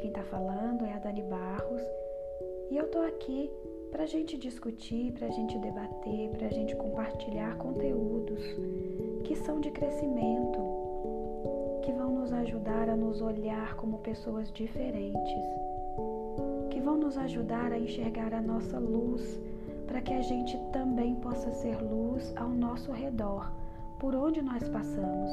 quem está falando é a Dani Barros e eu estou aqui para a gente discutir, para a gente debater, para a gente compartilhar conteúdos que são de crescimento, que vão nos ajudar a nos olhar como pessoas diferentes, que vão nos ajudar a enxergar a nossa luz, para que a gente também possa ser luz ao nosso redor, por onde nós passamos.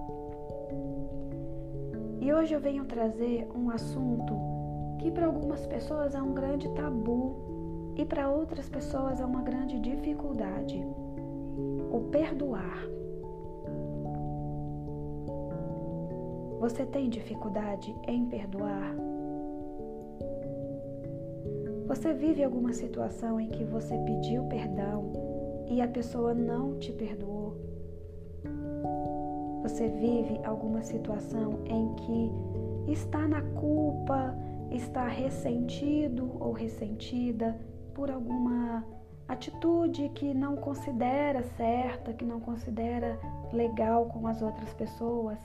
E hoje eu venho trazer um assunto que para algumas pessoas é um grande tabu e para outras pessoas é uma grande dificuldade: o perdoar. Você tem dificuldade em perdoar? Você vive alguma situação em que você pediu perdão e a pessoa não te perdoou? Você vive alguma situação em que está na culpa, está ressentido ou ressentida por alguma atitude que não considera certa, que não considera legal com as outras pessoas?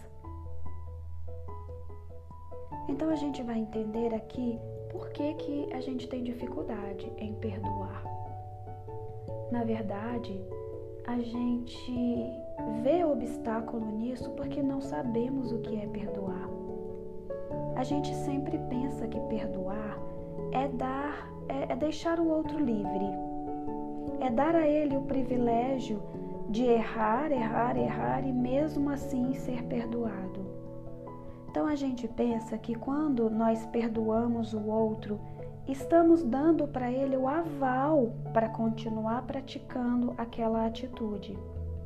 Então a gente vai entender aqui por que a gente tem dificuldade em perdoar. Na verdade, a gente vê obstáculo nisso porque não sabemos o que é perdoar. A gente sempre pensa que perdoar é deixar o outro livre, é dar a ele o privilégio de errar e mesmo assim ser perdoado. Então a gente pensa que quando nós perdoamos o outro, estamos dando para ele o aval para continuar praticando aquela atitude.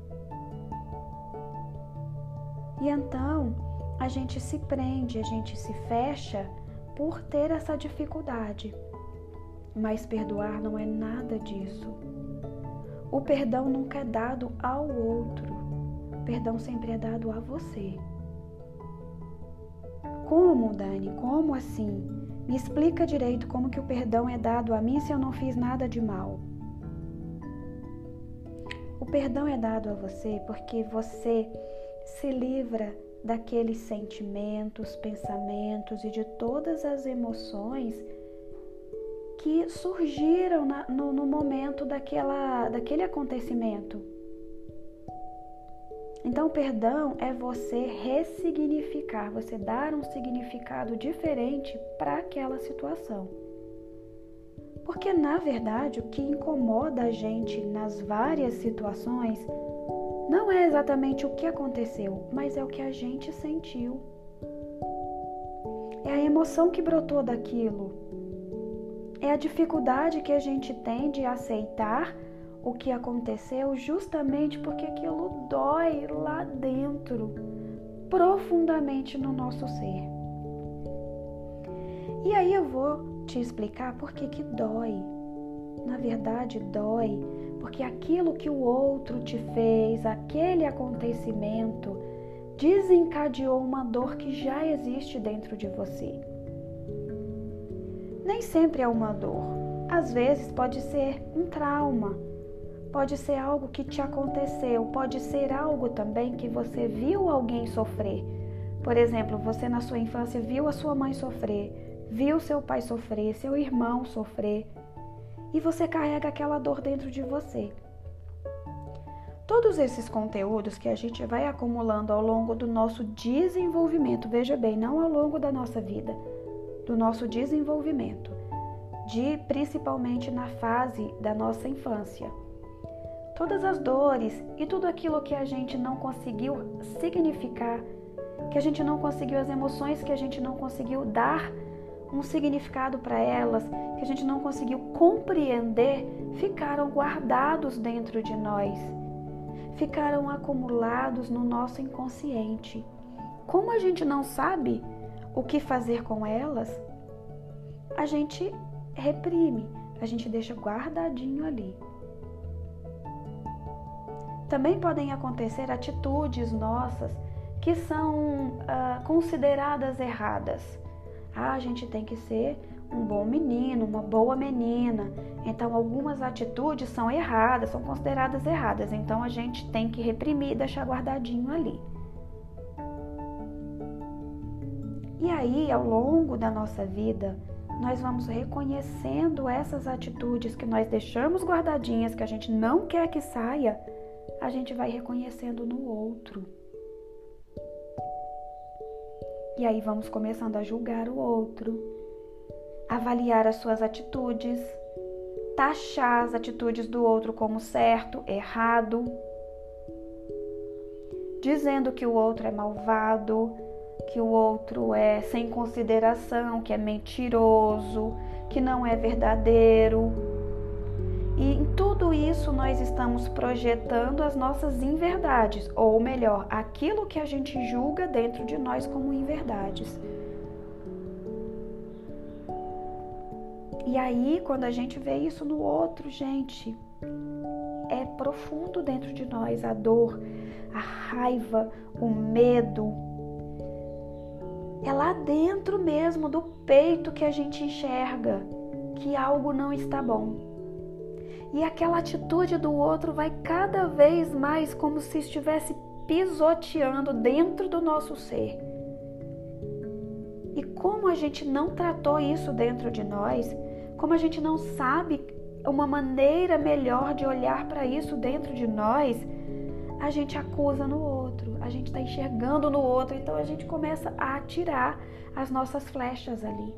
E então a gente se prende, a gente se fecha por ter essa dificuldade. Mas perdoar não é nada disso. O perdão nunca é dado ao outro. O perdão sempre é dado a você. Como, Dani? Como assim? Me explica direito como que o perdão é dado a mim se eu não fiz nada de mal. O perdão é dado a você porque você se livra daqueles sentimentos, pensamentos e de todas as emoções que surgiram no momento daquele acontecimento. Então, o perdão é você ressignificar, você dar um significado diferente para aquela situação. Porque, na verdade, o que incomoda a gente nas várias situações não é exatamente o que aconteceu, mas é o que a gente sentiu. É a emoção que brotou daquilo. É a dificuldade que a gente tem de aceitar o que aconteceu justamente porque aquilo dói lá dentro, profundamente no nosso ser. E aí eu vou te explicar por que dói. Na verdade, dói porque aquilo que o outro te fez, aquele acontecimento, desencadeou uma dor que já existe dentro de você. Nem sempre é uma dor. Às vezes pode ser um trauma. Pode ser algo que te aconteceu, pode ser algo também que você viu alguém sofrer. Por exemplo, você na sua infância viu a sua mãe sofrer, viu seu pai sofrer, seu irmão sofrer, e você carrega aquela dor dentro de você. Todos esses conteúdos que a gente vai acumulando ao longo do nosso desenvolvimento, veja bem, não ao longo da nossa vida, do nosso desenvolvimento, principalmente na fase da nossa infância. Todas as dores e tudo aquilo que a gente não conseguiu significar, que a gente não conseguiu, as emoções que a gente não conseguiu dar um significado para elas, que a gente não conseguiu compreender, ficaram guardados dentro de nós, ficaram acumulados no nosso inconsciente. Como a gente não sabe o que fazer com elas, a gente reprime, a gente deixa guardadinho ali. Também podem acontecer atitudes nossas que são consideradas erradas. A gente tem que ser um bom menino, uma boa menina. Então, algumas atitudes são erradas, são consideradas erradas. Então, a gente tem que reprimir e deixar guardadinho ali. E aí, ao longo da nossa vida, nós vamos reconhecendo essas atitudes que nós deixamos guardadinhas, que a gente não quer que saia, a gente vai reconhecendo no outro. E aí vamos começando a julgar o outro, avaliar as suas atitudes, taxar as atitudes do outro como certo, errado, dizendo que o outro é malvado, que o outro é sem consideração, que é mentiroso, que não é verdadeiro. E em tudo isso nós estamos projetando as nossas inverdades, ou melhor, aquilo que a gente julga dentro de nós como inverdades. E aí, quando a gente vê isso no outro, gente, é profundo dentro de nós a dor, a raiva, o medo. É lá dentro mesmo do peito que a gente enxerga que algo não está bom. E aquela atitude do outro vai cada vez mais como se estivesse pisoteando dentro do nosso ser. E como a gente não tratou isso dentro de nós, como a gente não sabe uma maneira melhor de olhar para isso dentro de nós, a gente acusa no outro, a gente está enxergando no outro, então a gente começa a atirar as nossas flechas ali.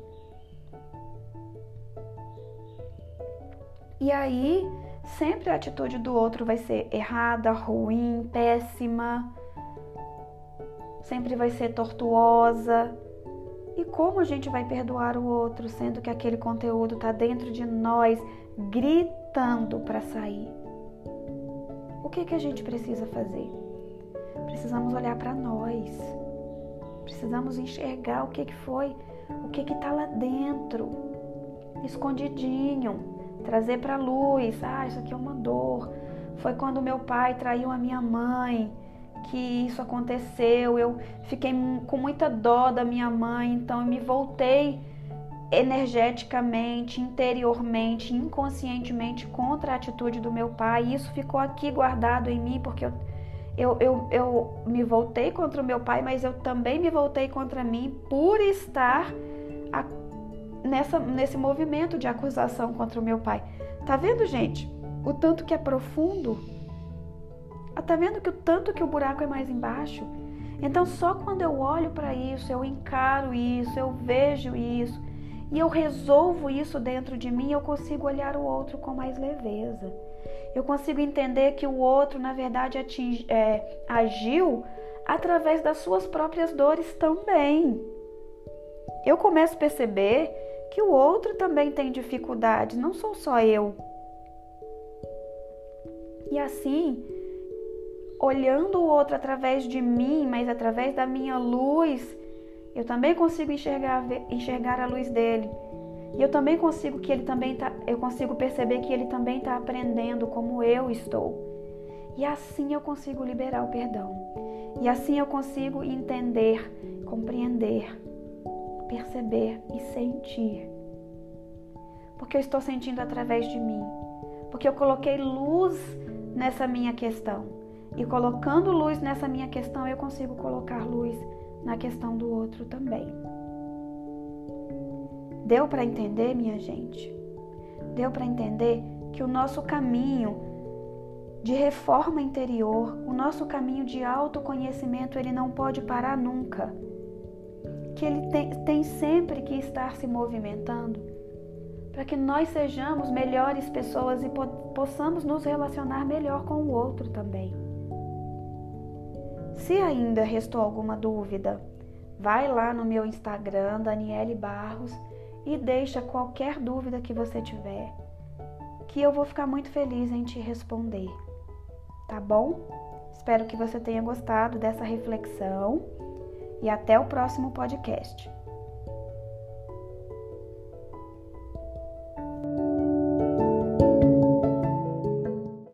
E aí, sempre a atitude do outro vai ser errada, ruim, péssima, sempre vai ser tortuosa. E como a gente vai perdoar o outro, sendo que aquele conteúdo está dentro de nós, gritando para sair? O que a gente precisa fazer? Precisamos olhar para nós. Precisamos enxergar o que foi, o que está lá dentro, escondidinho. Trazer para a luz, isso aqui é uma dor. Foi quando meu pai traiu a minha mãe que isso aconteceu. Eu fiquei com muita dó da minha mãe, então eu me voltei energeticamente, interiormente, inconscientemente contra a atitude do meu pai. E isso ficou aqui guardado em mim, porque eu me voltei contra o meu pai, mas eu também me voltei contra mim por estar nesse movimento de acusação contra o meu pai. Tá vendo, gente? O tanto que é profundo? Tá vendo que o tanto que o buraco é mais embaixo? Então, só quando eu olho para isso, eu encaro isso, eu vejo isso e eu resolvo isso dentro de mim, eu consigo olhar o outro com mais leveza. Eu consigo entender que o outro, na verdade, agiu através das suas próprias dores também. Eu começo a perceber que o outro também tem dificuldades, não sou só eu. E assim, olhando o outro através de mim, mas através da minha luz, eu também consigo enxergar a luz dele. E eu também consigo perceber que ele também está aprendendo como eu estou. E assim eu consigo liberar o perdão. E assim eu consigo entender, compreender, perceber e sentir. Porque eu estou sentindo através de mim. Porque eu coloquei luz nessa minha questão. E colocando luz nessa minha questão, eu consigo colocar luz na questão do outro também. Deu para entender, minha gente? Deu para entender que o nosso caminho de reforma interior, o nosso caminho de autoconhecimento, ele não pode parar nunca. Que ele tem sempre que estar se movimentando para que nós sejamos melhores pessoas e possamos nos relacionar melhor com o outro também. Se ainda restou alguma dúvida, vai lá no meu Instagram, Daniele Barros, e deixa qualquer dúvida que você tiver, que eu vou ficar muito feliz em te responder, tá bom? Espero que você tenha gostado dessa reflexão e até o próximo podcast.